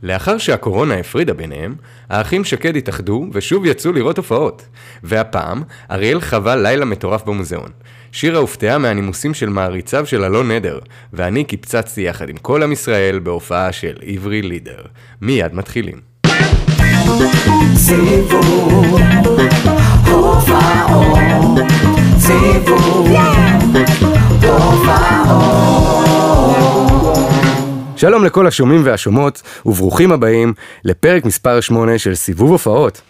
לאחר שהקורונה הפרידה ביניהם, האחים שקד התאחדו ושוב יצאו לראות הופעות. והפעם, אריאל חווה לילה מטורף במוזיאון. שירה הופתעה מהנימוסים של מעריציו של אלון נדר, ואני קיפצצתי יחד עם כל עם ישראל בהופעה של עברי לידר. מיד מתחילים. סיבוב, הופעות, סיבוב, הופעות. שלום לכל השומעים והשומעות, וברוכים הבאים לפרק מספר 8 של סיבוב הופעות.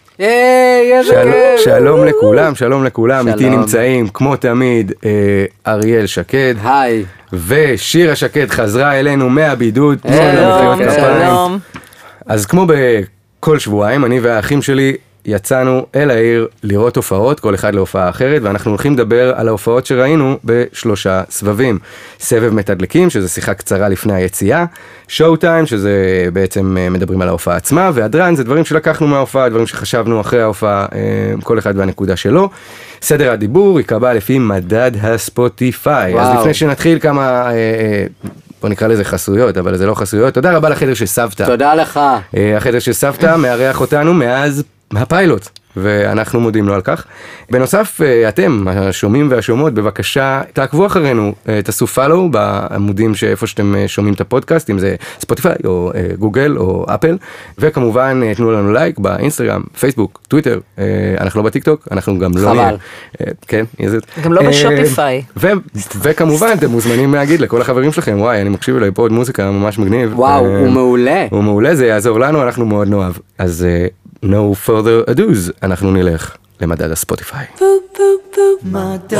שלום לכולם, שלום לכולם, איתי נמצאים כמו תמיד אריאל שקד. היי. ושירה שקד חזרה אלינו מהבידוד. שלום. אז כמו בכל שבועיים, אני והאחים שלי יצאנו אל העיר לראות הופעות, כל אחד להופעה אחרת, ואנחנו הולכים לדבר על ההופעות שראינו בשלושה סבבים. סבב מתדלקים, שזה שיחה קצרה לפני היציאה, שואו טיים, שזה בעצם מדברים על ההופעה עצמה, והדרן זה דברים שלקחנו מההופעה, דברים שחשבנו אחרי ההופעה, כל אחד והנקודה שלו. סדר הדיבור יקבע לפי מדד הספוטיפיי. אז לפני שנתחיל כמה... בוא נקרא לזה חסויות, אבל זה לא חסויות. תודה רבה לחדר של סבתא. תודה לך. החדר של סבתא מארח אותנו מאז הפיילוט, ואנחנו מודים לו על כך. בנוסף, אתם, השומעים והשומעות, בבקשה, תעקבו אחרינו, תעשו פולו בעמודים שאיפה שאתם שומעים את הפודקאסט, אם זה ספוטיפיי או גוגל או אפל, וכמובן תנו לנו לייק באינסטגרם, פייסבוק, טוויטר, אנחנו לא בטיקטוק, אנחנו גם לא... חבל. כן, גם לא בשופיפיי. וכמובן, אתם מוזמנים להגיד לכל החברים שלכם, וואי, אני מקשיב אליי פה עוד מוזיקה ממש מגניב. וואו, הוא מעולה. הוא מעולה, זה יעזור לנו, אנחנו מאוד נאהב. אז no further ados, אנחנו נלך למדד הספוטיפיי. מדד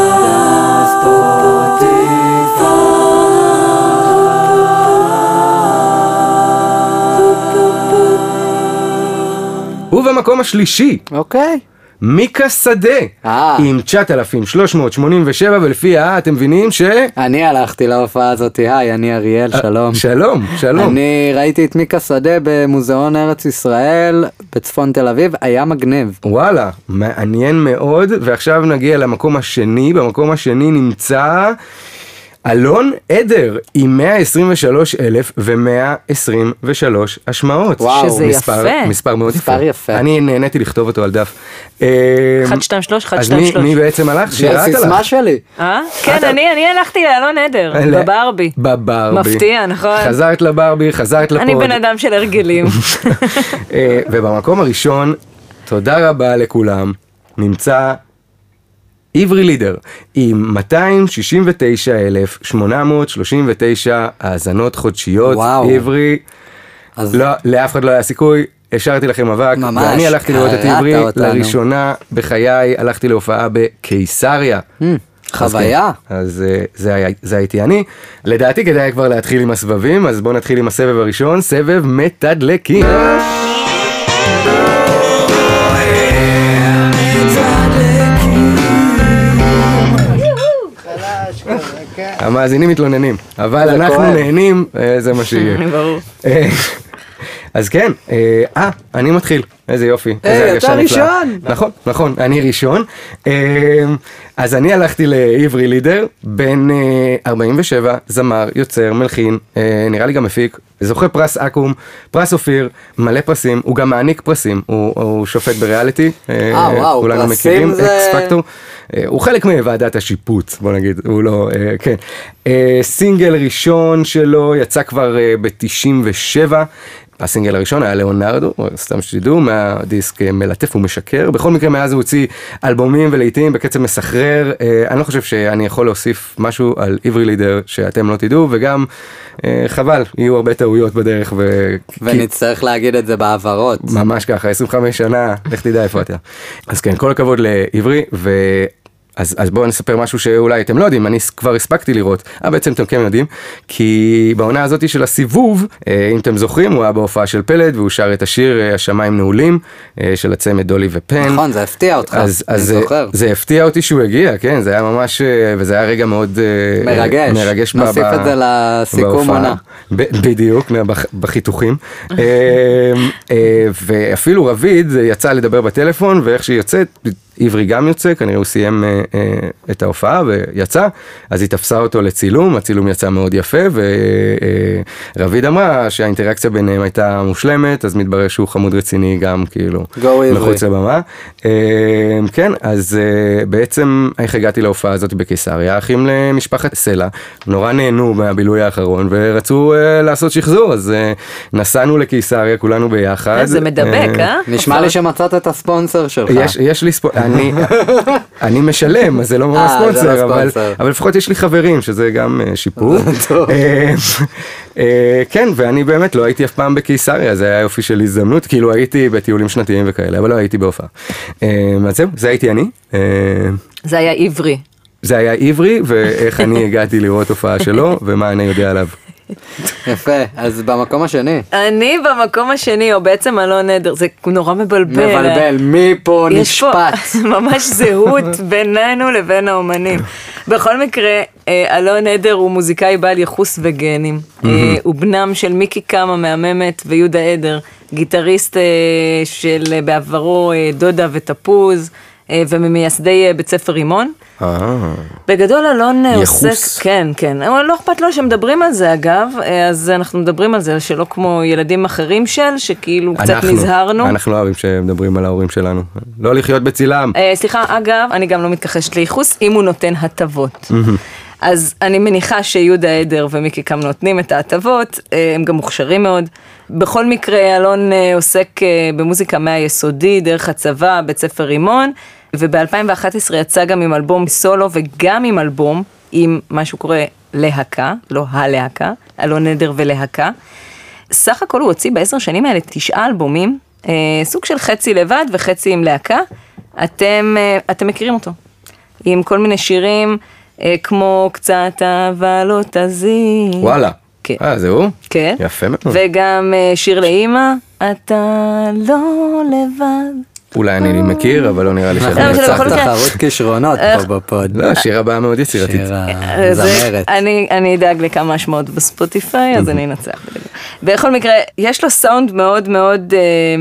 הספוטיפיי. ובמקום השלישי, אוקיי. מיקה שדה, עם 9,387, ולפי אתם מבינים ש... אני הלכתי להופעה הזאת, היי, אני אריאל, שלום. שלום, שלום. אני ראיתי את מיקה שדה במוזיאון ארץ ישראל, בצפון תל אביב, היה מגניב. וואלה, מעניין מאוד, ועכשיו נגיע למקום השני, במקום השני נמצא... אלון עדר עם 123,123 השמעות. וואו, שזה יפה. מספר מאוד יפה. מספר יפה. אני נהניתי לכתוב אותו על דף. 1, 2, 3, 1, 2, 3. אז מי בעצם הלך? זה הסיסמה שלי. כן, אני הלכתי לאלון עדר, בברבי. בברבי. מפתיע, נכון? חזרת לברבי, חזרת לפוד. אני בן אדם של הרגלים. ובמקום הראשון, תודה רבה לכולם, נמצא... עברי לידר, עם 269,839 האזנות חודשיות. וואו. עברי, לא, לאף אחד לא היה סיכוי, השארתי לכם אבק, ממש, ואני הלכתי לראות את עברי, אותנו. לראשונה בחיי, הלכתי להופעה בקיסריה. חוויה. אז זה הייתי אני. לדעתי כדאי כבר להתחיל עם הסבבים, אז בואו נתחיל עם הסבב הראשון, סבב מתדלקים. המאזינים מתלוננים, אבל אנחנו נהנים, זה מה שיהיה. ברור. אז כן, אני מתחיל, איזה יופי. אתה ראשון. נכון, אני ראשון. אז אני הלכתי לעברי לידר, בן 47, זמר, יוצר, מלחין, נראה לי גם מפיק, זוכה פרס אקום, פרס אופיר, מלא פרסים, הוא גם מעניק פרסים, הוא שופט בריאליטי, וואו, כולנו מכירים, אקס פקטור. הוא חלק מוועדת השיפוט, בוא נגיד, הוא לא, כן. סינגל ראשון שלו יצא כבר ב-97, הסינגל הראשון היה ליאונרדו, סתם שתדעו, מהדיסק מלטף ומשקר. בכל מקרה מאז הוא הוציא אלבומים ולעיתים בקצב מסחרר. אני לא חושב שאני יכול להוסיף משהו על עברי לידר שאתם לא תדעו, וגם חבל, יהיו הרבה טעויות בדרך. ונצטרך להגיד את זה בעברות. ממש ככה, 25 שנה, לך תדע איפה אתה. אז כן, כל הכבוד לעברי, אז בואו נספר משהו שאולי אתם לא יודעים, אני כבר הספקתי לראות, בעצם אתם כן יודעים, כי בעונה הזאת של הסיבוב, אם אתם זוכרים, הוא היה בהופעה של פלד, והוא שר את השיר השמיים נעולים, של הצמד דולי ופן. נכון, זה הפתיע אותך, אני זוכר. זה הפתיע אותי שהוא הגיע, כן, זה היה ממש, וזה היה רגע מאוד מרגש. נוסיף את זה לסיכום עונה. בדיוק, בחיתוכים. ואפילו רביד יצא לדבר בטלפון, ואיך שהיא יוצאת, עברי גם יוצא, כנראה הוא סיים את ההופעה ויצא, אז היא תפסה אותו לצילום, הצילום יצא מאוד יפה, ורביד אמרה שהאינטראקציה ביניהם הייתה מושלמת, אז מתברר שהוא חמוד רציני גם כאילו מחוץ לבמה. כן, אז בעצם איך הגעתי להופעה הזאת בקיסריה, אחים למשפחת סלע, נורא נהנו מהבילוי האחרון, ורצו לעשות שחזור, אז נסענו לקיסריה, כולנו ביחד. זה מדבק, נשמע לי שמצאת את הספונסר שלך. יש לי ספונסר, אני משלם, אז זה לא ממש ספונסר, אבל לפחות יש לי חברים, שזה גם שיפור. כן, ואני באמת לא הייתי אף פעם בקיסריה, זה היה יופי של הזדמנות, כאילו הייתי בטיולים שנתיים וכאלה, אבל לא הייתי בהופעה. אז זהו, זה הייתי אני. זה היה עברי. זה היה עברי, ואיך אני הגעתי לראות הופעה שלו, ומה אני יודע עליו. יפה, אז במקום השני. אני במקום השני, או בעצם אלון נדר, זה נורא מבלבל. מבלבל, מי פה נשפט? יש פה ממש זהות בינינו לבין האומנים. בכל מקרה, אלון נדר הוא מוזיקאי בעל יחוס וגנים. הוא בנם של מיקי קאמה מהממת ויהודה עדר, גיטריסט של בעברו דודה ותפוז, וממייסדי בית ספר רימון. בגדול אלון עוסק, כן, אבל לא אכפת לו שמדברים על זה אגב, אז אנחנו מדברים על זה שלא כמו ילדים אחרים שכאילו קצת נזהרנו. אנחנו אוהבים שמדברים על ההורים שלנו, לא לחיות בצילם. סליחה, אגב, אני גם לא מתכחשת לייחוס אם הוא נותן הטבות. אז אני מניחה שיהודה עדר ומיקי קאמה נותנים את ההטבות, הם גם מוכשרים מאוד. בכל מקרה, אלון עוסק במוזיקה מהיסודי, דרך הצבא, בית ספר רימון, וב-2011 יצא גם עם אלבום סולו וגם עם אלבום, עם מה שהוא קורא להקה, לא הלהקה, אלון נדר ולהקה. סך הכל הוא הוציא ב10 שנים האלה 9 אלבומים, סוג של חצי לבד וחצי עם להקה. אתם מכירים אותו, עם כל מיני שירים, כמו קצת אהבה לא תזין. וואלה. כן. זה הוא? כן. יפה מאוד. וגם שיר לאמא, אתה לא לבד. אולי אני מכיר, אבל לא נראה לי שאני צריך תחרות כישרונות פה בפוד. לא, השיר הבא מאוד יצירתית. שיר הזמרת. אני אדאג לכמה שמות בספוטיפיי, אז אני אנצח. בכל מקרה, יש לו סאונד מאוד מאוד,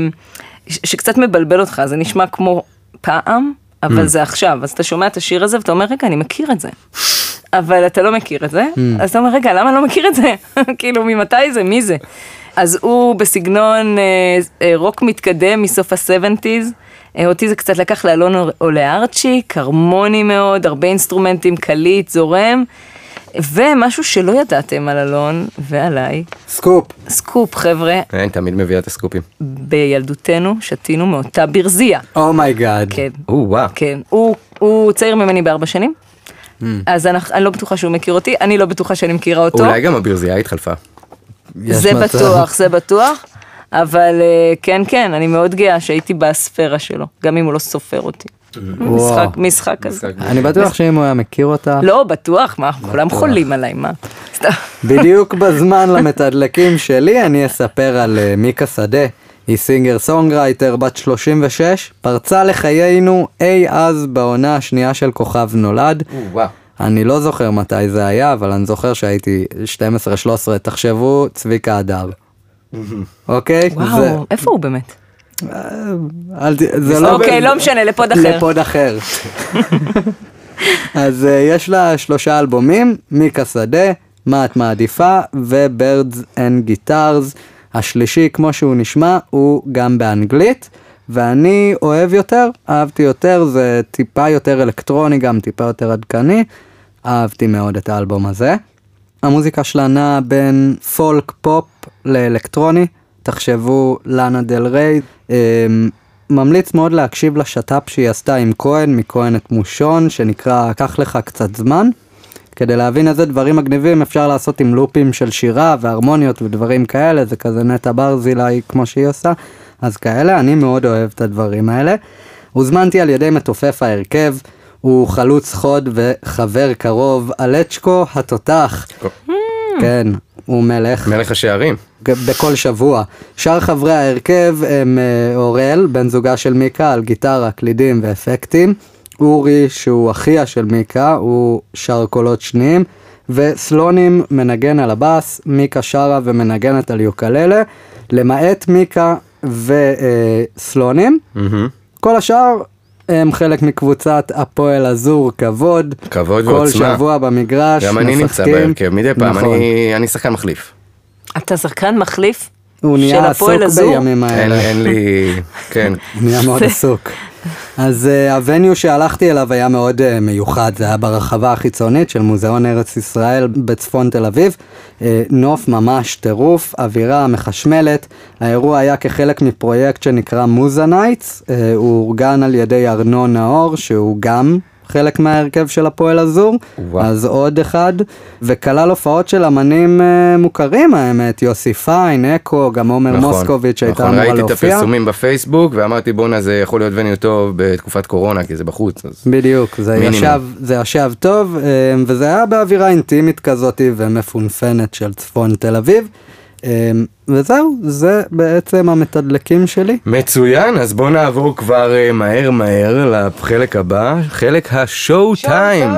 שקצת מבלבל אותך, זה נשמע כמו פעם, אבל זה עכשיו. אז אתה שומע את השיר הזה, ואתה אומר, רגע, אני מכיר את זה. אבל אתה לא מכיר את זה, אז אתה אומר, רגע, למה אני לא מכיר את זה? כאילו, ממתי זה? מי זה? אז הוא בסגנון רוק מתקדם מסוף ה-70s, אותי זה קצת לקח לאלון או לארצ'י, קרמוני מאוד, הרבה אינסטרומנטים, קליט, זורם, ומשהו שלא ידעתם על אלון ועליי. סקופ, חבר'ה. אני תמיד מביאה את הסקופים. בילדותנו שתינו מאותה ברזייה. אומייגאד. כן. וואו. כן, הוא צעיר ממני ב4 שנים. אז אני לא בטוחה שהוא מכיר אותי, אני לא בטוחה שאני מכירה אותו. אולי גם הברזייה התחלפה. זה בטוח, אבל כן, אני מאוד גאה שהייתי בספירה שלו, גם אם הוא לא סופר אותי. משחק כזה. אני בטוח שאם הוא היה מכיר אותה. לא, בטוח, מה, כולם חולים עליי, מה? בדיוק בזמן למתדלקים שלי, אני אספר על מיקה שדה. היא סינגר סונגרייטר בת 36, פרצה לחיינו אי אז בעונה השנייה של כוכב נולד. אני לא זוכר מתי זה היה, אבל אני זוכר שהייתי 12-13, תחשבו צביקה הדר. אוקיי? וואו, איפה הוא באמת? זה לא... אוקיי, לא משנה, לפוד אחר. אז יש לה 3 אלבומים, מיקה שדה, מה את מעדיפה, ו-Birds and Guitars. השלישי, כמו שהוא נשמע, הוא גם באנגלית, ואני אהבתי יותר, זה טיפה יותר אלקטרוני, גם טיפה יותר עדכני, אהבתי מאוד את האלבום הזה. המוזיקה שלה נעה בין פולק פופ לאלקטרוני, תחשבו לאנה דל ריי, ממליץ מאוד להקשיב לשטאפ שהיא עשתה עם כהן, מכהן את מושון, שנקרא קח לך קצת זמן, כדי להבין איזה דברים מגניבים אפשר לעשות עם לופים של שירה והרמוניות ודברים כאלה, זה כזה נטע ברזילי כמו שהיא עושה, אז כאלה, אני מאוד אוהב את הדברים האלה. הוזמנתי על ידי מתופף ההרכב, הוא חלוץ חוד וחבר קרוב, אלצ'קו התותח. כן, הוא מלך השערים. בכל שבוע. שאר חברי ההרכב הם אורל, בן זוגה של מיקה, על גיטרה, קלידים ואפקטים. אורי, שהוא אחיה של מיקה, הוא שר קולות שניים. וסלונים מנגן על הבאס, מיקה שרה ומנגנת על יוקללה. למעט מיקה וסלונים. כל השאר הם חלק מקבוצת הפועל אזור כבוד. כבוד כל ועוצמה. שבוע במגרש, גם אני נמצא משחקים. בהרכב, מדי פעם, נכון. אני שחקן מחליף. אתה שחקן מחליף? הוא של נהיה הפועל עסוק הזור? בימים האלה. אין לי, כן. הוא נהיה מאוד עסוק. אז הווניו שהלכתי אליו היה מאוד מיוחד, זה היה ברחבה החיצונית של מוזיאון ארץ ישראל בצפון תל אביב, נוף ממש טירוף, אווירה מחשמלת, האירוע היה כחלק מפרויקט שנקרא מוזה נייטס, הוא אורגן על ידי ארנון נאור, שהוא גם חלק מההרכב של הפועל הזור, אז עוד אחד, וכלל הופעות של אמנים מוכרים האמת, יוסי פיין, אקו, גם עומר מוסקוביץ' שהייתה אמורה ראיתי את להופיע. הפרסומים בפייסבוק, ואמרתי בונה זה יכול להיות וניו טוב בתקופת קורונה, כי זה בחוץ. אז בדיוק, זה ישב טוב, וזה היה באווירה אינטימית כזאת ומפונפנת של צפון תל אביב, וזהו, זה בעצם המתדלקים שלי. מצוין, אז בואו נעבור כבר מהר לחלק הבא, חלק השואו טיים.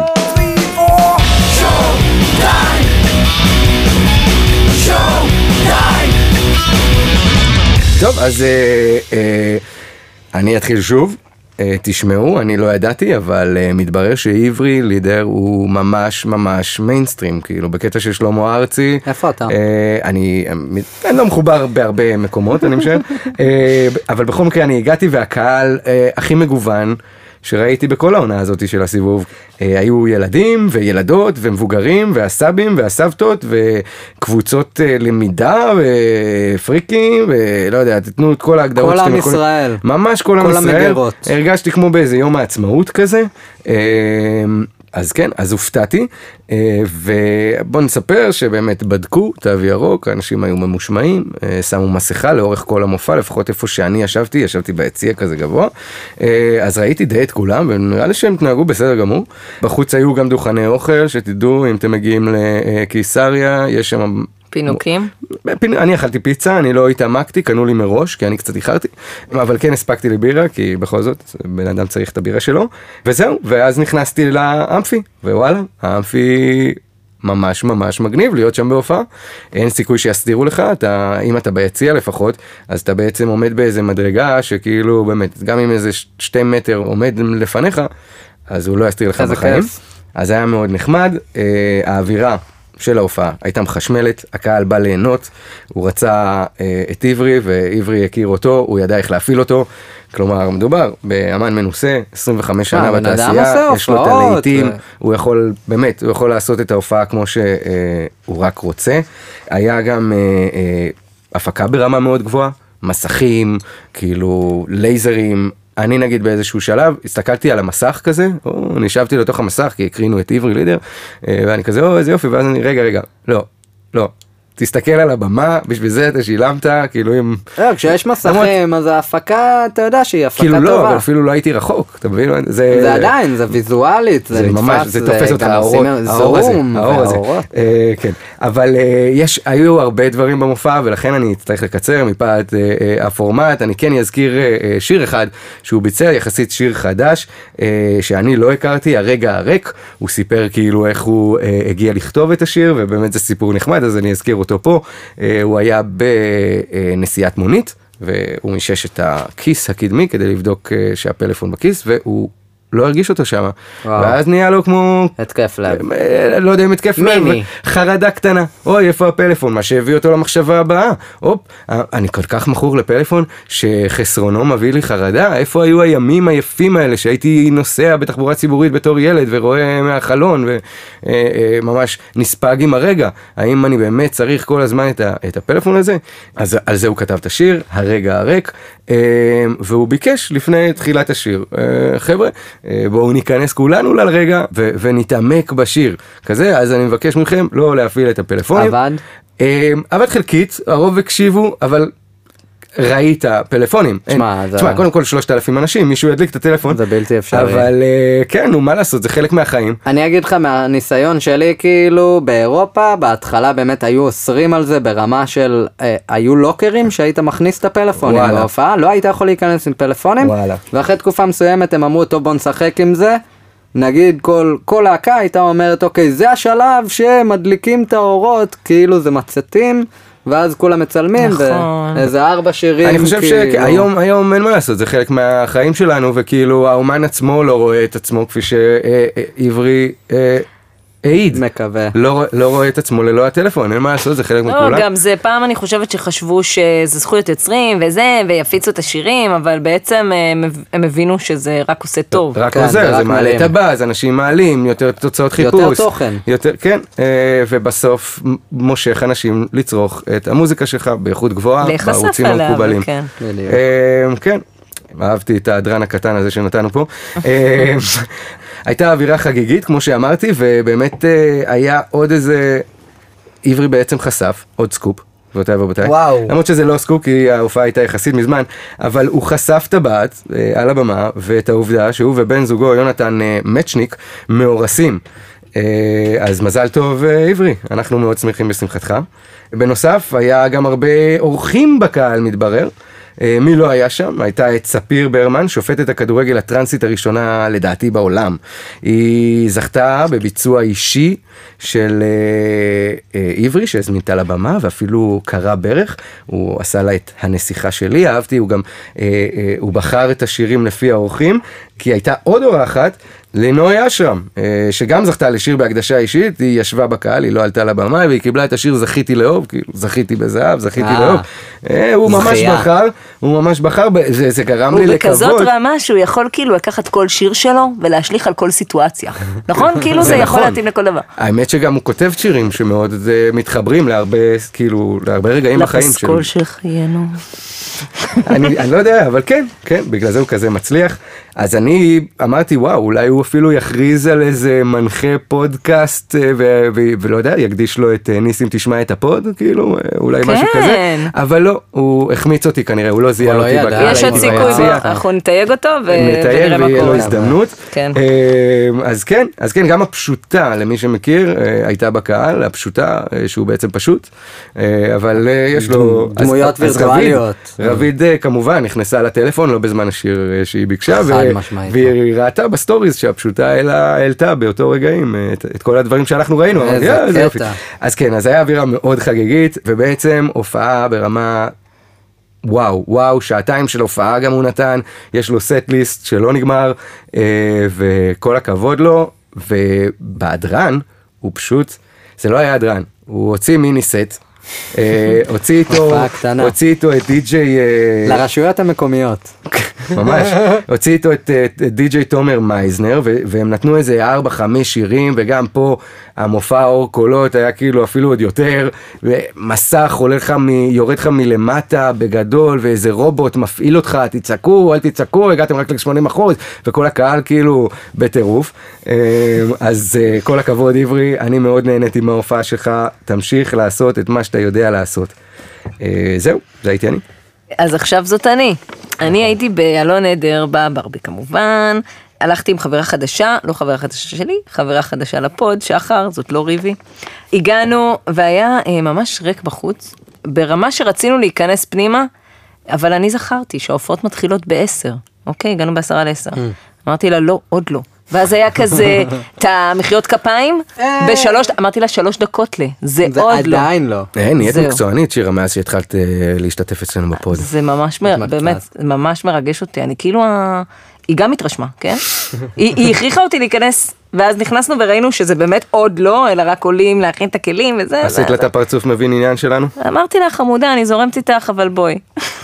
טוב, אז אני אתחיל שוב. תשמעו, אני לא ידעתי, אבל מתברר שעברי לידר הוא ממש ממש מיינסטרים, כאילו בקטע של שלמה ארצי. איפה אתה? אני לא מחובר בהרבה מקומות, אני משל, אבל בכל מקרה אני הגעתי והקהל הכי מגוון שראיתי בכל העונה הזאת של הסיבוב, היו ילדים וילדות ומבוגרים והסבים והסבתות וקבוצות למידה ופריקים ולא יודע, תתנו את כל ההגדרות. כל עם ישראל. ממש כל עם ישראל. המגרות. הרגשתי כמו באיזה יום העצמאות כזה. אז כן, אז הופתעתי, ובוא נספר שבאמת בדקו תו ירוק, האנשים היו ממושמעים, שמו מסכה לאורך כל המופע, לפחות איפה שאני ישבתי ביציע כזה גבוה, אז ראיתי די את כולם, ונראה לי שהם תנהגו בסדר גמור. בחוץ היו גם דוכני אוכל, שתדעו, אם אתם מגיעים לקיסריה, יש שם פינוקים? אני אכלתי פיצה, אני לא התעמקתי, קנו לי מראש, כי אני קצת איחרתי, אבל כן הספקתי לבירה, כי בכל זאת, בן אדם צריך את הבירה שלו, וזהו, ואז נכנסתי לאמפי, ווואלה, האמפי ממש ממש מגניב להיות שם בהופעה, אין סיכוי שיסדירו לך, אם אתה ביציע לפחות, אז אתה בעצם עומד באיזה מדרגה, שכאילו באמת, גם אם איזה 2 מטר עומד לפניך, אז הוא לא יסתיר לך בחיים, אז היה מאוד נחמד, האווירה, של ההופעה, הייתה מחשמלת, הקהל בא ליהנות, הוא רצה את עברי, ועברי הכיר אותו, הוא ידע איך להפעיל אותו, כלומר, מדובר באמן מנוסה, 25 שנה בתעשייה, יש לו את הלהיטים, הוא יכול, באמת, הוא יכול לעשות את ההופעה כמו שהוא רק רוצה, היה גם הפקה ברמה מאוד גבוהה, מסכים, כאילו לייזרים, אני נגיד באיזשהו שלב, הסתכלתי על המסך כזה, נשבתי לתוך המסך, כי הקרינו את עברי לידר, ואני כזה, איזה יופי, ואז אני, רגע, לא, תסתכל על הבמה, בשביל זה אתה שילמת, כאילו אם... כשיש מסכים, אז ההפקה, אתה יודע שהיא הפקה טובה. כאילו לא, אבל אפילו לא הייתי רחוק, אתה מבין? זה עדיין, זה ויזואלית, זה נתפס, זה תופס אותך, האור הזה, כן, אבל היו הרבה דברים במופע, ולכן אני אצטרך לקצר מפאת הפורמט, אני כן אזכיר שיר אחד, שהוא ביצע יחסית שיר חדש, שאני לא הכרתי, הרגע הריק, הוא סיפר כאילו איך הוא הגיע לכתוב את השיר, ובאמת זה סיפור נחמד, אז אני אזכיר אותו פה, הוא היה בנסיעת מונית, והוא מישש את הכיס הקדמי כדי לבדוק שהפלאפון בכיס, והוא לא הרגיש אותו שם, ואז נהיה לו כמו... התקף לב. לא יודע אם התקף לב, חרדה קטנה, אוי איפה הפלאפון, מה שהביא אותו למחשבה הבאה, אני כל כך מכור לפלאפון, שחסרונו מביא לי חרדה, איפה היו הימים היפים האלה, שהייתי נוסע בתחבורה ציבורית בתור ילד, ורואה מהחלון, וממש נספג עם הרגע, האם אני באמת צריך כל הזמן את הפלאפון הזה? אז על זה הוא כתב את השיר, הרגע הריק, והוא ביקש לפני תחילת השיר, חבר'ה, בואו ניכנס כולנו לרגע ונתעמק בשיר כזה, אז אני מבקש מכם לא להפעיל את הפלאפונים. עבד חלקית, הרוב הקשיבו, אבל ראית פלאפונים. תשמע, קודם כל 3,000 אנשים, מישהו ידליק את הטלפון. זה בלתי אפשרי. אבל כן, מה לעשות, זה חלק מהחיים. אני אגיד לך מהניסיון שלי, כאילו, באירופה, בהתחלה באמת היו אוסרים על זה ברמה של, היו לוקרים שהיית מכניס את הפלאפונים להופעה, לא היית יכול להיכנס עם פלאפונים, ואחרי תקופה מסוימת הם אמרו, טוב בוא נשחק עם זה, נגיד כל להקה הייתה אומרת, אוקיי, זה השלב שמדליקים את האורות, כאילו זה מצתים, ואז כולם מצלמים, נכון. ואיזה 4 שירים. אני חושב שהיום אין מה לעשות, זה חלק מהחיים שלנו, וכאילו האומן עצמו לא רואה את עצמו כפי שעברי העיד. מקווה. לא רואה את עצמו ללא הטלפון, אין מה לעשות, זה חלק מכולם. לא, גם זה פעם אני חושבת שחשבו שזה זכויות יוצרים וזה, ויפיצו את השירים, אבל בעצם הם הבינו שזה רק עושה טוב. רק כן, עוזר, זה זה רק מעלה מעלים. את הבאז, אנשים מעלים, יותר תוצאות חיפוש. יותר תוכן. כן, ובסוף מושך אנשים לצרוך את המוזיקה שלך באיכות גבוהה, להיחשף בערוצים אליה, המקובלים. כן. בדיוק. כן, אהבתי את הדרן הקטן הזה שנתנו פה. הייתה אווירה חגיגית, כמו שאמרתי, ובאמת היה עוד איזה, עברי בעצם חשף, עוד סקופ, גבירותיי ורבותיי. וואו. למרות שזה לא סקופ, כי ההופעה הייתה יחסית מזמן, אבל הוא חשף את הבת על הבמה, ואת העובדה שהוא ובן זוגו, יונתן מצ'ניק, מאורסים. אז מזל טוב עברי, אנחנו מאוד שמחים בשמחתך. בנוסף, היה גם הרבה אורחים בקהל, מתברר. מי לא היה שם? הייתה את ספיר ברמן, שופטת הכדורגל הטרנסית הראשונה לדעתי בעולם. היא זכתה בביצוע אישי של עברי, שהזמינתה לבמה, ואפילו קרא ברך. הוא עשה לה את הנסיכה שלי, אהבתי, הוא בחר את השירים לפי האורחים, כי הייתה עוד אורחת, לינוי אשרם, שגם זכתה לשיר בהקדשה אישית, היא ישבה בקהל, היא לא עלתה לבמה, והיא קיבלה את השיר זכיתי לאהוב, כאילו זכיתי בזהב, זכיתי לאהוב. הוא ממש בחר, זה גרם לי לקוות. הוא בכזאת רמה שהוא יכול כאילו לקחת כל שיר שלו, ולהשליך על כל סיטואציה. נכון? כאילו זה יכול להתאים לכל דבר. האמת שגם הוא כותב שירים שמאוד מתחברים להרבה, כאילו, להרבה רגעים בחיים שלו. לפסקול של חיינו. אני לא יודע, אבל כן, בגלל זה הוא כזה מצליח. אז אני אמרתי, וואו, אולי הוא אפילו יכריז על איזה מנחה פודקאסט, ולא יודע, יקדיש לו את ניסים תשמע את הפוד, כאילו, אולי משהו כזה. אבל לא, הוא החמיץ אותי כנראה, הוא לא זיהה אותי בקהל. יש עוד סיכוי בו, אנחנו נתייג אותו ונראה מה ויהיה לו קורה. הזדמנות. כן. אז כן, גם הפשוטה, למי שמכיר, הייתה בקהל, הפשוטה, שהוא בעצם פשוט, אבל יש לו... דמויות וירטואליות. רביד כמובן נכנסה לטלפון, לא בזמן השיר שהיא ביקשה, והיא ראתה בסטוריז שהפשוטה העלתה באותו רגעים את כל הדברים שאנחנו ראינו. איזה קטע. אז כן, אז היה אווירה מאוד חגיגית, ובעצם הופעה ברמה... וואו, שעתיים של הופעה גם הוא נתן, יש לו סט ליסט שלא נגמר, וכל הכבוד לו, ובהדרן, הוא זה לא היה הדרן, הוא הוציא מיני סט, הוציא איתו את די.ג'יי... לרשויות המקומיות. ממש, הוציא איתו את די.ג'יי תומר מייזנר, והם נתנו איזה 4-5 שירים, וגם פה המופע אור קולות היה כאילו אפילו עוד יותר, ומסך יורד לך מלמטה בגדול, ואיזה רובוט מפעיל אותך, תצעקו, אל תצעקו, הגעתם רק ל-80%, וכל הקהל כאילו בטירוף. אז כל הכבוד עברי, אני מאוד נהניתי מההופעה שלך, תמשיך לעשות את מה שאתה יודע לעשות. זהו, זה הייתי אני. אז עכשיו זאת אני הייתי באלון עדר, בברבי כמובן, הלכתי עם חברה חדשה, לא חברה חדשה שלי, חברה חדשה לפוד, שחר, זאת לא ריבי. הגענו והיה ממש ריק בחוץ, ברמה שרצינו להיכנס פנימה, אבל אני זכרתי שההופעות מתחילות ב-10, אוקיי, הגענו ב10:50. אמרתי לה, לא, עוד לא. ואז היה כזה, את המחיאות כפיים, אמרתי לה 3 דקות זה עוד לא. זה עדיין לא. נהיית מקצוענית שירה מאז שהתחלת להשתתף אצלנו בפוד. זה ממש, באמת, ממש מרגש אותי, אני כאילו, היא גם התרשמה, כן? היא הכריחה אותי להיכנס, ואז נכנסנו וראינו שזה באמת עוד לא, אלא רק עולים להכין את הכלים וזה. עשית לה את הפרצוף מבין עניין שלנו? אמרתי לה, חמודה, אני זורמת איתך, אבל בואי.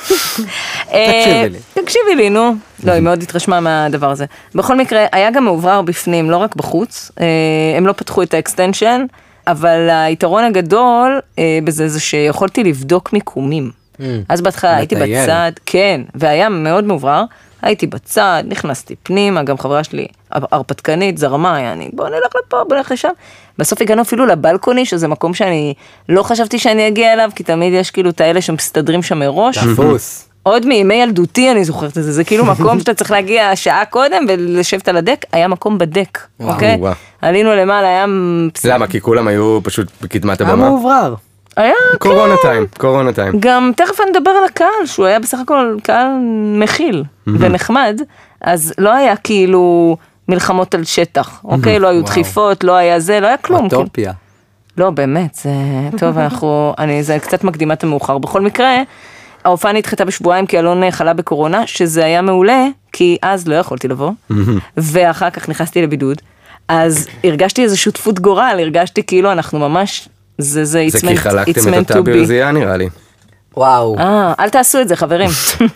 תקשיבי לי, נו. לא, היא מאוד התרשמה מהדבר הזה. בכל מקרה, היה גם מאוברר בפנים, לא רק בחוץ. הם לא פתחו את האקסטנשן, אבל היתרון הגדול בזה זה שיכולתי לבדוק מיקומים. אז בהתחלה הייתי בצד, כן, והיה מאוד מאוברר. הייתי בצד, נכנסתי פנימה, גם חברה שלי הרפתקנית, זרמה, בוא נלך לפה, בוא נלך לשם. בסוף הגענו אפילו לבלקוני, שזה מקום שאני לא חשבתי שאני אגיע אליו, כי תמיד יש כאילו את האלה שמסתדרים שם מראש. תפוס. עוד מימי ילדותי אני זוכרת את זה, זה כאילו מקום שאתה צריך להגיע שעה קודם ולשבת על הדק, היה מקום בדק, אוקיי? עלינו למעלה, היה... למה? כי כולם היו פשוט בקדמת הבמה? היה מאוברר. היה, כן. קורונה טיים. גם תכף אני אדבר על הקהל, שהוא היה בסך הכל קהל מכיל ונחמד, אז לא היה כאילו מלחמות על שטח, אוקיי? לא היו דחיפות, לא היה זה, לא היה כלום. אוטופיה. לא, באמת, זה טוב, זה קצת מקדימה את המאוחר. בכל מקרה, ההופעה נדחתה בשבועיים כי אלון חלה בקורונה, שזה היה מעולה, כי אז לא יכולתי לבוא, ואחר כך נכנסתי לבידוד, אז הרגשתי איזו שותפות גורל, הרגשתי כאילו אנחנו ממש, זה זה it's כי meant חלקתם את to אותה be. ברזייה נראה לי. וואו, אל תעשו את זה, חברים.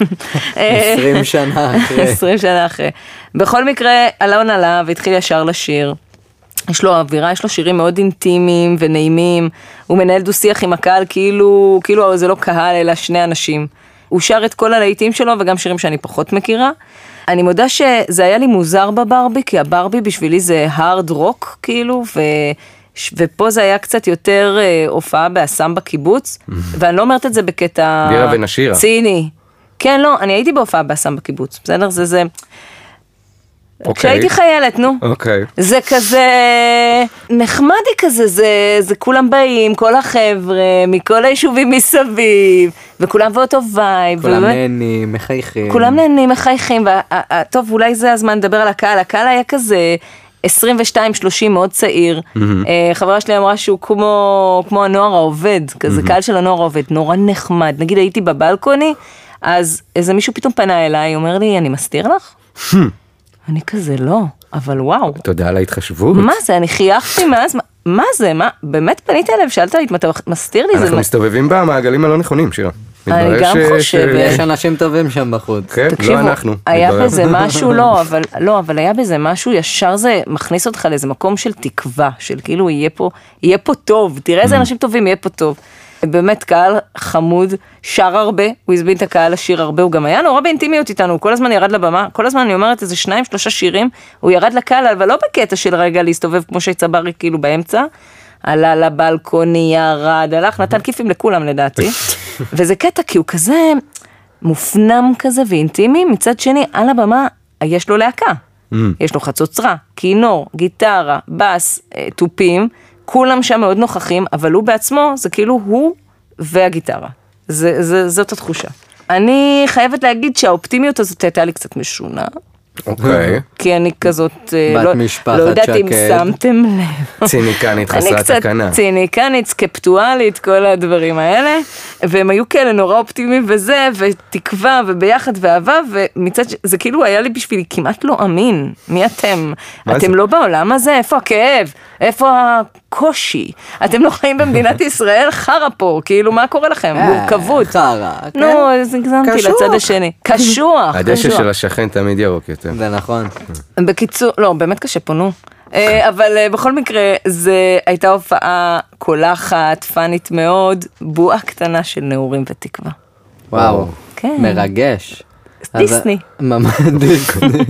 20 שנה אחרי. 20 שנה אחרי. בכל מקרה, אלון עלה והתחיל ישר לשיר. יש לו אווירה, יש לו שירים מאוד אינטימיים ונעימים. הוא מנהל דו שיח עם הקהל, כאילו זה לא קהל, אלא שני אנשים. הוא שר את כל הלהיטים שלו, וגם שירים שאני פחות מכירה. אני מודה שזה היה לי מוזר בברבי, כי הברבי בשבילי זה הארד רוק, כאילו, ופה זה היה קצת יותר הופעה באסם בקיבוץ, ואני לא אומרת את זה בקטע בירה ונשירה. ציני. כן, לא, אני הייתי בהופעה באסם בקיבוץ, בסדר? זה... כשהייתי חיילת, נו. אוקיי. זה כזה נחמדי כזה, זה כולם באים, כל החבר'ה, מכל היישובים מסביב, וכולם באותו וייב. כולם נהנים, מחייכים. כולם נהנים, מחייכים, טוב, אולי זה הזמן לדבר על הקהל. הקהל היה כזה 22-30 מאוד צעיר. חברה שלי אמרה שהוא כמו הנוער העובד, כזה קהל של הנוער העובד, נורא נחמד. נגיד הייתי בבלקוני, אז איזה מישהו פתאום פנה אליי, אומר לי, אני מסתיר לך? אני כזה לא, אבל וואו. תודה על ההתחשבות. מה זה, אני חייכתי מאז, מה זה, מה, באמת פנית אליו, שאלת לי, אתה מסתיר לי? אנחנו מסתובבים במעגלים הלא נכונים, שירה. אני גם חושבת. יש אנשים טובים שם בחוץ. כן, לא אנחנו. היה בזה משהו, אבל היה בזה משהו, ישר זה מכניס אותך לאיזה מקום של תקווה, של כאילו יהיה פה טוב, תראה איזה אנשים טובים, יהיה פה טוב. באמת קהל חמוד, שר הרבה, הוא הזמין את הקהל לשיר הרבה, הוא גם היה נורא באינטימיות איתנו, הוא כל הזמן ירד לבמה, כל הזמן אני אומרת איזה 2-3 שירים, הוא ירד לקהל, אבל לא בקטע של רגע להסתובב כמו שצברי כאילו באמצע, עלה לבלקוני, ירד, הלך, נתן כיפים לכולם לדעתי, וזה קטע כי הוא כזה מופנם כזה ואינטימי, מצד שני על הבמה יש לו להקה, יש לו חצוצרה, כינור, גיטרה, בס, טופים, כולם שם מאוד נוכחים, אבל הוא בעצמו, זה כאילו הוא והגיטרה. זאת התחושה. אני חייבת להגיד שהאופטימיות הזאת הייתה לי קצת משונה. אוקיי. כי אני כזאת, משפחת לא יודעת אם שקד. שמתם לב. ציניקנית חסרת תקנה. אני קצת ציניקנית, סקפטואלית, כל הדברים האלה, והם היו כאלה נורא אופטימיים וזה, ותקווה וביחד ואהבה, ומצד זה כאילו היה לי בשבילי כמעט לא אמין. מי אתם? אתם לא בעולם הזה? איפה הכאב? איפה הקושי? אתם לא חיים במדינת ישראל? חרה פה, כאילו מה קורה לכם? מורכבות. חרה, כן. נו, אז הגזמתי לצד השני. קשוח. הדשא של השכן תמיד ירוק יותר. זה נכון. בקיצור, לא, באמת קשה פה, נו. אבל בכל מקרה, זה הייתה הופעה קולחת, פאנית מאוד, בועה קטנה של נעורים ותקווה. וואו, כן. מרגש. דיסני. ממש דיסני.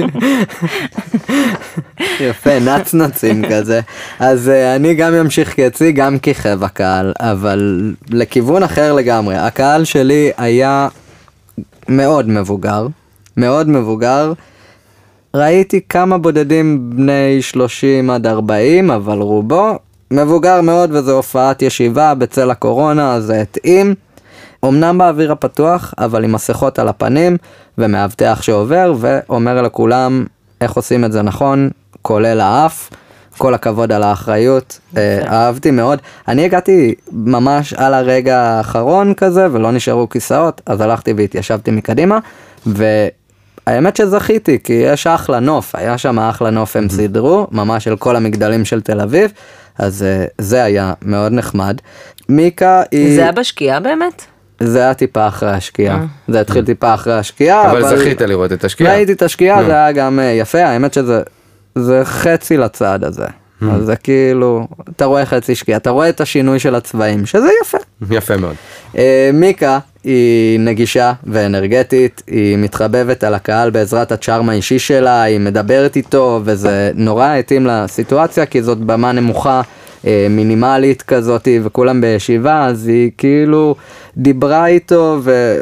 יפה, נצנצים כזה. אז אני גם אמשיך כיצי, גם כיכב הקהל, אבל לכיוון אחר לגמרי. הקהל שלי היה מאוד מבוגר, מאוד מבוגר. ראיתי כמה בודדים בני 30-40, אבל רובו מבוגר מאוד, וזו הופעת ישיבה בצל הקורונה, אז זה התאים. אמנם באוויר הפתוח, אבל עם מסכות על הפנים, ומאבטח שעובר, ואומר לכולם איך עושים את זה נכון, כולל האף. כל הכבוד על האחריות, אהבתי מאוד. אני הגעתי ממש על הרגע האחרון כזה, ולא נשארו כיסאות, אז הלכתי והתיישבתי מקדימה, והאמת שזכיתי, כי יש אחלה נוף, היה שם אחלה נוף, הם סידרו, ממש של כל המגדלים של תל אביב, אז זה היה מאוד נחמד. מיקה היא... זה היה בשקיעה באמת? זה היה טיפה אחרי השקיעה, זה התחיל טיפה אחרי השקיעה, אבל זכית לראות את השקיעה. ראיתי את השקיעה, זה היה גם יפה, האמת שזה חצי לצד הזה, אז זה כאילו, אתה רואה חצי שקיעה, אתה רואה את השינוי של הצבעים, שזה יפה. יפה מאוד. מיקה היא נגישה ואנרגטית, היא מתחבבת על הקהל בעזרת הצ'ארם האישי שלה, היא מדברת איתו, וזה נורא התאים לסיטואציה, כי זאת במה נמוכה, מינימלית כזאת, וכולם בישיבה, אז היא כאילו דיברה איתו,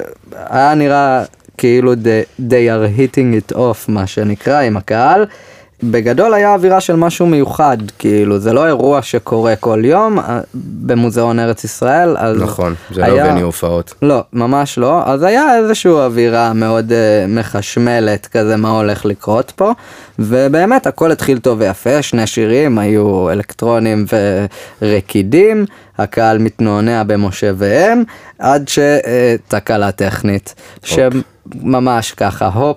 והיה נראה כאילו they are hitting it off, מה שנקרא, עם הקהל. בגדול היה אווירה של משהו מיוחד, כאילו זה לא אירוע שקורה כל יום במוזיאון ארץ ישראל. נכון, זה לא בני הופעות. לא, ממש לא, אז היה איזושהי אווירה מאוד מחשמלת כזה מה הולך לקרות פה, ובאמת הכל התחיל טוב ויפה, 2 שירים היו אלקטרונים ורקידים, הקהל מתנוענע במושביהם, עד שתקלה טכנית, שממש ככה הופ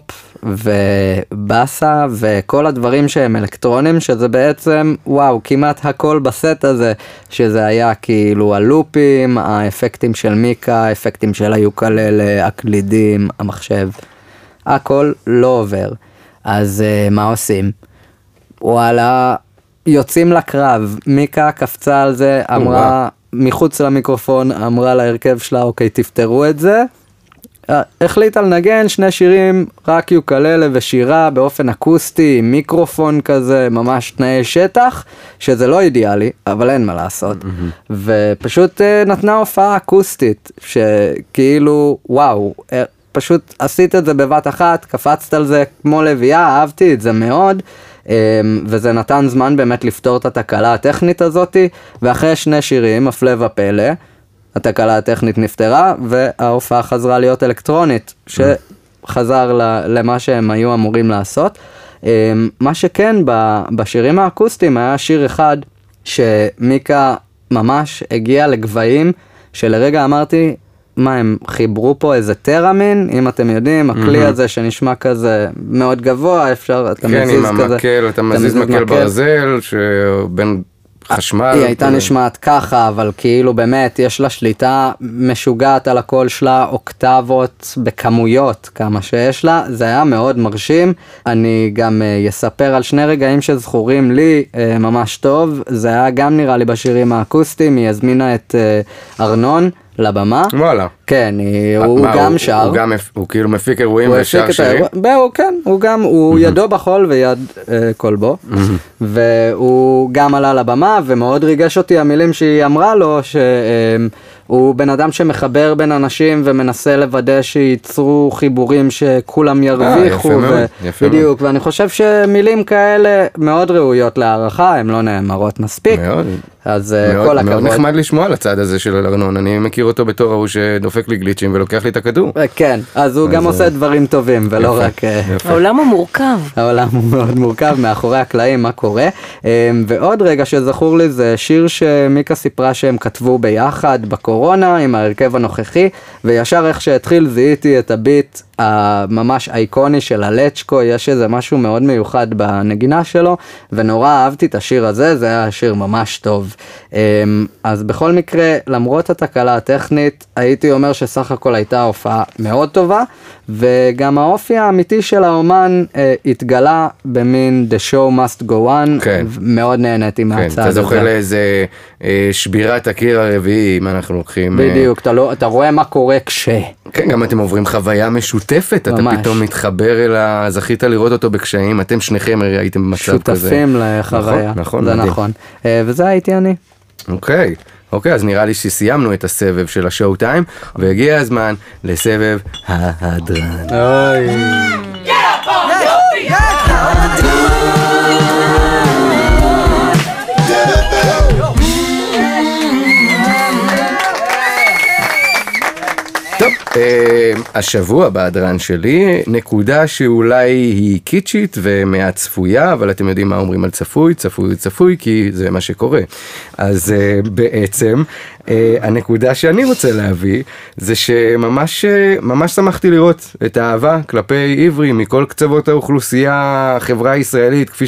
ובאסה וכל הדברים שהם אלקטרונים, שזה בעצם וואו, כמעט הכל בסט הזה, שזה היה כאילו הלופים, האפקטים של מיקה, האפקטים של היוקללה, הקלידים, המחשב, הכל לא עובר. אז מה עושים? וואלה, יוצאים לקרב, מיקה קפצה על זה, אמרה מחוץ למיקרופון, אמרה להרכב שלה, אוקיי, תפתרו את זה. החליט על נגן 2 שירים, רק יוקללה ושירה באופן אקוסטי, עם מיקרופון כזה, ממש תנאי שטח, שזה לא אידיאלי, אבל אין מה לעשות. ופשוט נתנה הופעה אקוסטית, שכאילו, וואו, פשוט עשית את זה בבת אחת, קפצת על זה כמו לביאה, אהבתי את זה מאוד, וזה נתן זמן באמת לפתור את התקלה הטכנית הזאת, ואחרי 2 שירים, הפלא ופלא, התקלה הטכנית נפתרה, וההופעה חזרה להיות אלקטרונית, שחזר למה שהם היו אמורים לעשות. מה שכן, בשירים האקוסטיים היה שיר אחד, שמיקה ממש הגיע לגבהים, שלרגע אמרתי, מה, הם חיברו פה איזה טרמין, אם אתם יודעים, הכלי הזה שנשמע כזה מאוד גבוה, אפשר, אתה מזיז כזה. כן, עם המקל, אתה מזיז מקל ברזל, שבין חשמל. היא הייתה נשמעת ככה, אבל כאילו באמת יש לה שליטה משוגעת על הקול שלה, אוקטבות בכמויות כמה שיש לה, זה היה מאוד מרשים. אני גם אספר על 2 רגעים שזכורים לי ממש טוב, זה היה גם נראה לי בשירים האקוסטיים, היא הזמינה את ארנון לבמה. וואלה. כן, הוא גם שר. הוא כאילו מפיק אירועים ושר שירים? כן, הוא ידו בחול ויד קולבו, והוא גם עלה לבמה, ומאוד ריגש אותי המילים שהיא אמרה לו, שהוא בן אדם שמחבר בין אנשים ומנסה לוודא שייצרו חיבורים שכולם ירוויחו. יפה מאוד. בדיוק, ואני חושב שמילים כאלה מאוד ראויות להערכה, הן לא נאמרות מספיק. מאוד. אז כל הכבוד. מאוד נחמד לשמוע על הצד הזה של ארנון, אני מכיר אותו בתור ההוא שדופק לי גליצ'ים ולוקח לי את הכדור. כן, אז הוא גם עושה דברים טובים ולא רק... העולם הוא מורכב. העולם הוא מאוד מורכב, מאחורי הקלעים מה קורה. ועוד רגע שזכור לי זה שיר שמיקה סיפרה שהם כתבו ביחד בקורונה עם ההרכב הנוכחי, וישר איך שהתחיל זיהיתי את הביט הממש אייקוני של הלצ'קו, יש איזה משהו מאוד מיוחד בנגינה שלו, ונורא אהבתי את השיר הזה, זה היה שיר ממש טוב. אז בכל מקרה, למרות התקלה הטכנית, הייתי אומר שסך הכל הייתה הופעה מאוד טובה, וגם האופי האמיתי של האומן התגלה במין The Show Must Go On, כן. מאוד נהניתי מהצד הזה. אתה זוכר לאיזה שבירת הקיר הרביעי, אם אנחנו לוקחים... בדיוק, אתה רואה מה קורה כש... כן, גם אתם עוברים חוויה משותפת, אתה פתאום מתחבר זכית לראות אותו בקשיים, אתם שניכם הייתם במצב כזה. שותפים לחוויה, נכון, זה נכון. וזה הייתי אני. אוקיי, אז נראה לי שסיימנו את הסבב של השואו טיים, והגיע הזמן לסבב ההדרן. טוב, השבוע בהדרן שלי, נקודה שאולי היא קיצ'ית ומעט צפויה, אבל אתם יודעים מה אומרים על צפוי, צפוי, כי זה מה שקורה. אז בעצם, הנקודה שאני רוצה להביא, זה שממש שמחתי לראות את האהבה כלפי עברי מכל קצוות האוכלוסייה, החברה הישראלית, כפי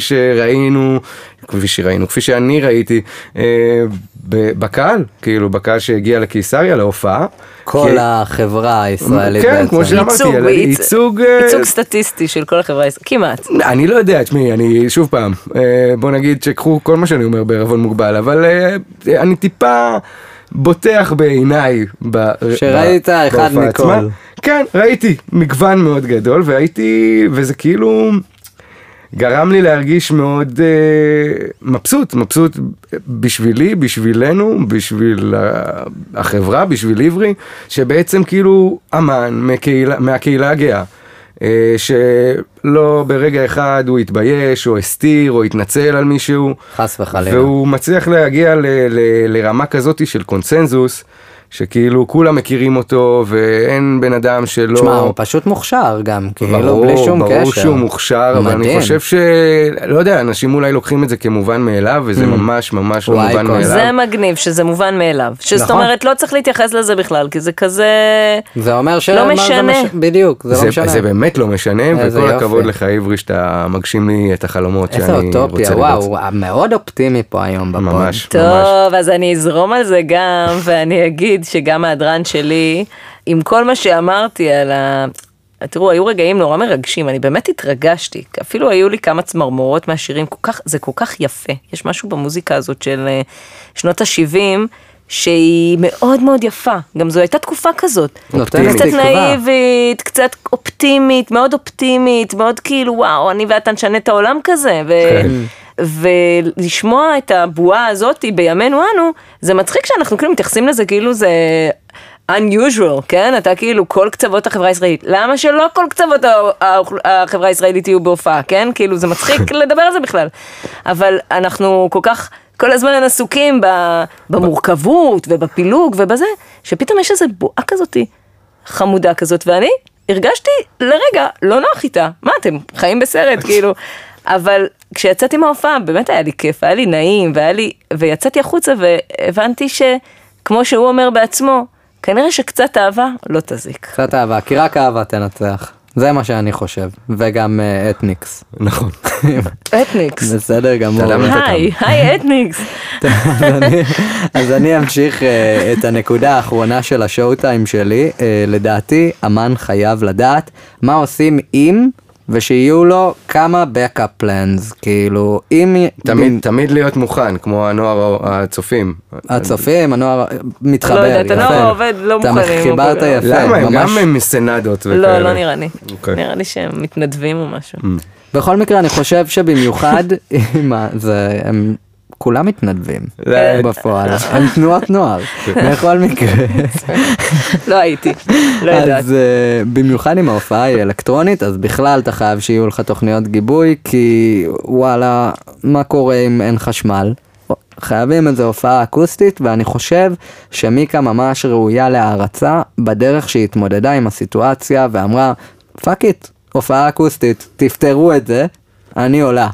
שאני ראיתי בקהל, כאילו בקהל שהגיע לקיסריה להופעה. כל החברה הישראלית כן, בעצם. כמו שאמרתי, ייצוג סטטיסטי של כל החברה הישראלית, כמעט. אני לא יודע, אני שוב פעם, בוא נגיד שקחו כל מה שאני אומר בערבון מוגבל, אבל אני טיפה בוטח בעיניי שראית אחד מכל. כן, ראיתי מגוון מאוד גדול, וזה כאילו... גרם לי להרגיש מאוד מבסוט בשבילי, בשבילנו, בשביל החברה, בשביל עברי, שבעצם כאילו אמן מהקהילה הגאה, שלא ברגע אחד הוא התבייש או הסתיר או התנצל על מישהו. חס וחלילה. והוא מצליח להגיע לרמה כזאת של קונסנזוס, שכאילו כולם מכירים אותו ואין בן אדם שלא... תשמע, הוא פשוט מוכשר גם, כאילו בלי שום קשר. ברור שהוא מוכשר, אבל אני חושב לא יודע, אנשים אולי לוקחים את זה כמובן מאליו, וזה ממש ממש לא מובן מאליו. זה מגניב, שזה מובן מאליו. זאת אומרת, לא צריך להתייחס לזה בכלל, כי זה כזה... זה אומר לא משנה. בדיוק, זה לא משנה. זה באמת לא משנה, וכל הכבוד לך עברי שאתה מגשים לי את החלומות שאני רוצה לראות. איזה אוטופיה, וואו, מאוד אופטימי פה היום בפוד. ממש. טוב, אז אני אזרום על זה גם, ואני אגיד שגם ההדרן שלי, עם כל מה שאמרתי על תראו, היו רגעים נורא מרגשים, אני באמת התרגשתי, אפילו היו לי כמה צמרמורות מהשירים, זה כל כך יפה, יש משהו במוזיקה הזאת של שנות ה-70, שהיא מאוד מאוד יפה, גם זו הייתה תקופה כזאת, קצת נאיבית, קצת אופטימית, מאוד כאילו וואו, אני ואתה נשנה את העולם כזה, ולשמוע את הבועה הזאת בימינו אנו, זה מצחיק שאנחנו כאילו מתייחסים לזה כאילו זה unusual, כן? אתה כאילו כל קצוות החברה הישראלית, למה שלא כל קצוות החברה הישראלית יהיו בהופעה, כן? כאילו זה מצחיק לדבר על זה בכלל, אבל אנחנו כל הזמן עסוקים במורכבות ובפילוג ובזה, שפתאום יש איזו בועה כזאת, חמודה כזאת, ואני הרגשתי לרגע לא נוח איתה, מה אתם חיים בסרט כאילו, אבל כשיצאתי מההופעה באמת היה לי כיף, היה לי נעים, ויצאתי החוצה והבנתי שכמו שהוא אומר בעצמו, כנראה שקצת אהבה לא תזיק. קצת אהבה, כי רק אהבה תנצח. זה מה שאני חושב, וגם אתניקס. נכון. אתניקס. בסדר גמור. היי אתניקס. אז אני אמשיך את הנקודה האחרונה של השואו טיים שלי. לדעתי, אמן חייב לדעת מה עושים אם ושיהיו לו כמה backup plans, כאילו, אם... תמיד להיות מוכן, כמו הנוער הצופים. הצופים, הנוער מתחבר. לא יודעת, הנוער עובד לא מוכנים. אתה חיברת יפה. למה? הם גם הם מסנדות וכאלה. לא נראה לי. נראה לי שהם מתנדבים או משהו. בכל מקרה, אני חושב שבמיוחד, הם כולם מתנדבים בפועל, הם תנועות נוער, בכל מקרה. לא הייתי, לא יודעת. אז במיוחד עם ההופעה היא אלקטרונית, אז בכלל אתה חייב שיהיו לך תוכניות גיבוי, כי וואלה, מה קורה אם אין חשמל? חייבים איזו הופעה אקוסטית, ואני חושב שמיקה ממש ראויה להערצה בדרך שהיא התמודדה עם הסיטואציה, ואמרה, פאק איט, הופעה אקוסטית, תפתרו את זה, אני עולה.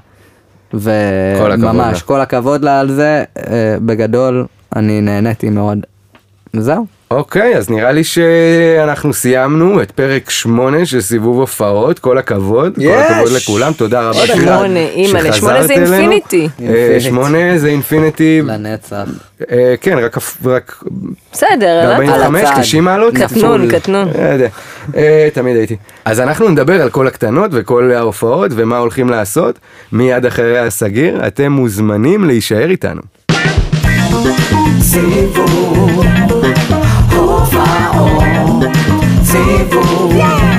וממש כל הכבוד לה על זה, בגדול אני נהניתי מאוד. זהו. אוקיי, אז נראה לי שאנחנו סיימנו את פרק 8 של סיבוב הופעות, כל הכבוד, כל הכבוד לכולם, תודה רבה שירה, 8 זה אינפיניטי. 8 זה אינפיניטי. לנצח. כן, רק בסדר, 45-90 מעלות. קטנון. תמיד הייתי. אז אנחנו נדבר על כל הקטנות וכל ההופעות ומה הולכים לעשות, מיד אחרי הסגיר, אתם מוזמנים להישאר איתנו. סיבוב הופעות, סיבוב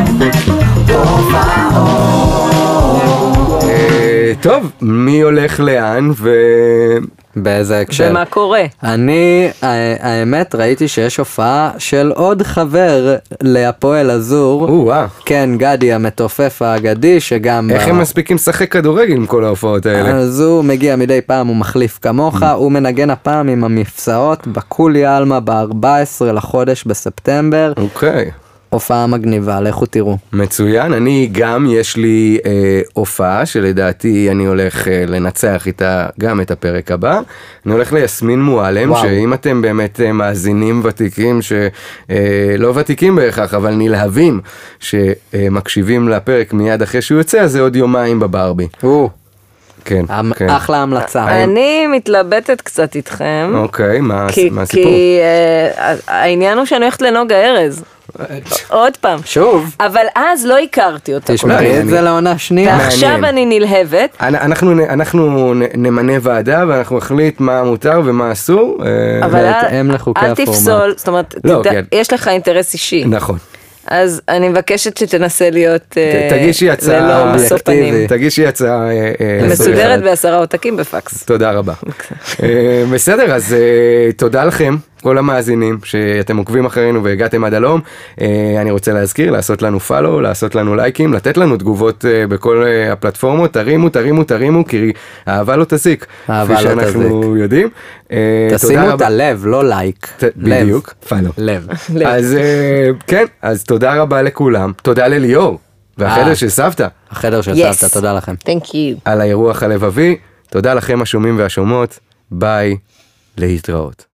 הופעות. טוב, מי הולך לאן באיזה הקשר? ומה קורה? אני, האמת, ראיתי שיש הופעה של עוד חבר להפועל אזור. כן, גדי המתופף האגדי, שגם... איך הם מספיקים לשחק כדורגל עם כל ההופעות האלה? אז הוא מגיע מדי פעם, הוא מחליף כמוך, הוא מנגן הפעם עם המפסעות בקולי אלמה ב-14 לחודש בספטמבר. אוקיי. הופעה מגניבה, לכו תראו. מצוין, אני גם, יש לי הופעה שלדעתי אני הולך לנצח איתה גם את הפרק הבא. אני הולך ליסמין מועלם, שאם אתם באמת מאזינים ותיקים, שלא ותיקים בהכרח, אבל נלהבים, שמקשיבים לפרק מיד אחרי שהוא יוצא, אז זה עוד יומיים בברבי. כן. אחלה המלצה. אני מתלבטת קצת איתכם. אוקיי, מה הסיפור? כי העניין הוא שאני הולכת לנוגה ארז. עוד פעם. שוב. אבל אז לא הכרתי אותה. תשמעי את זה לעונה שנייה. ועכשיו אני נלהבת. אנחנו נמנה ועדה ואנחנו נחליט מה מותר ומה אסור. אבל אל תפסול, זאת אומרת, יש לך אינטרס אישי. נכון. אז אני מבקשת שתנסה להיות תגישי הצעה תגישי הצעה מסודרת ב10 עותקים בפקס. תודה רבה. בסדר, אז תודה לכם, כל המאזינים שאתם עוקבים אחרינו והגעתם עד הלום, אני רוצה להזכיר, לעשות לנו פולו, לעשות לנו לייקים, לתת לנו תגובות בכל הפלטפורמות, תרימו, כי האהבה לא תזיק, אהבה כפי לא שאנחנו יודעים. תשימו את הלב, לא לייק. בדיוק, פולו. לב. אז כן, אז תודה רבה לכולם, תודה לליאור, והחדר של סבתא, החדר של Yes. סבתא, תודה לכם. Thank you. על האירוח הלבבי, תודה לכם השומעים והשומעות, ביי, להתראות.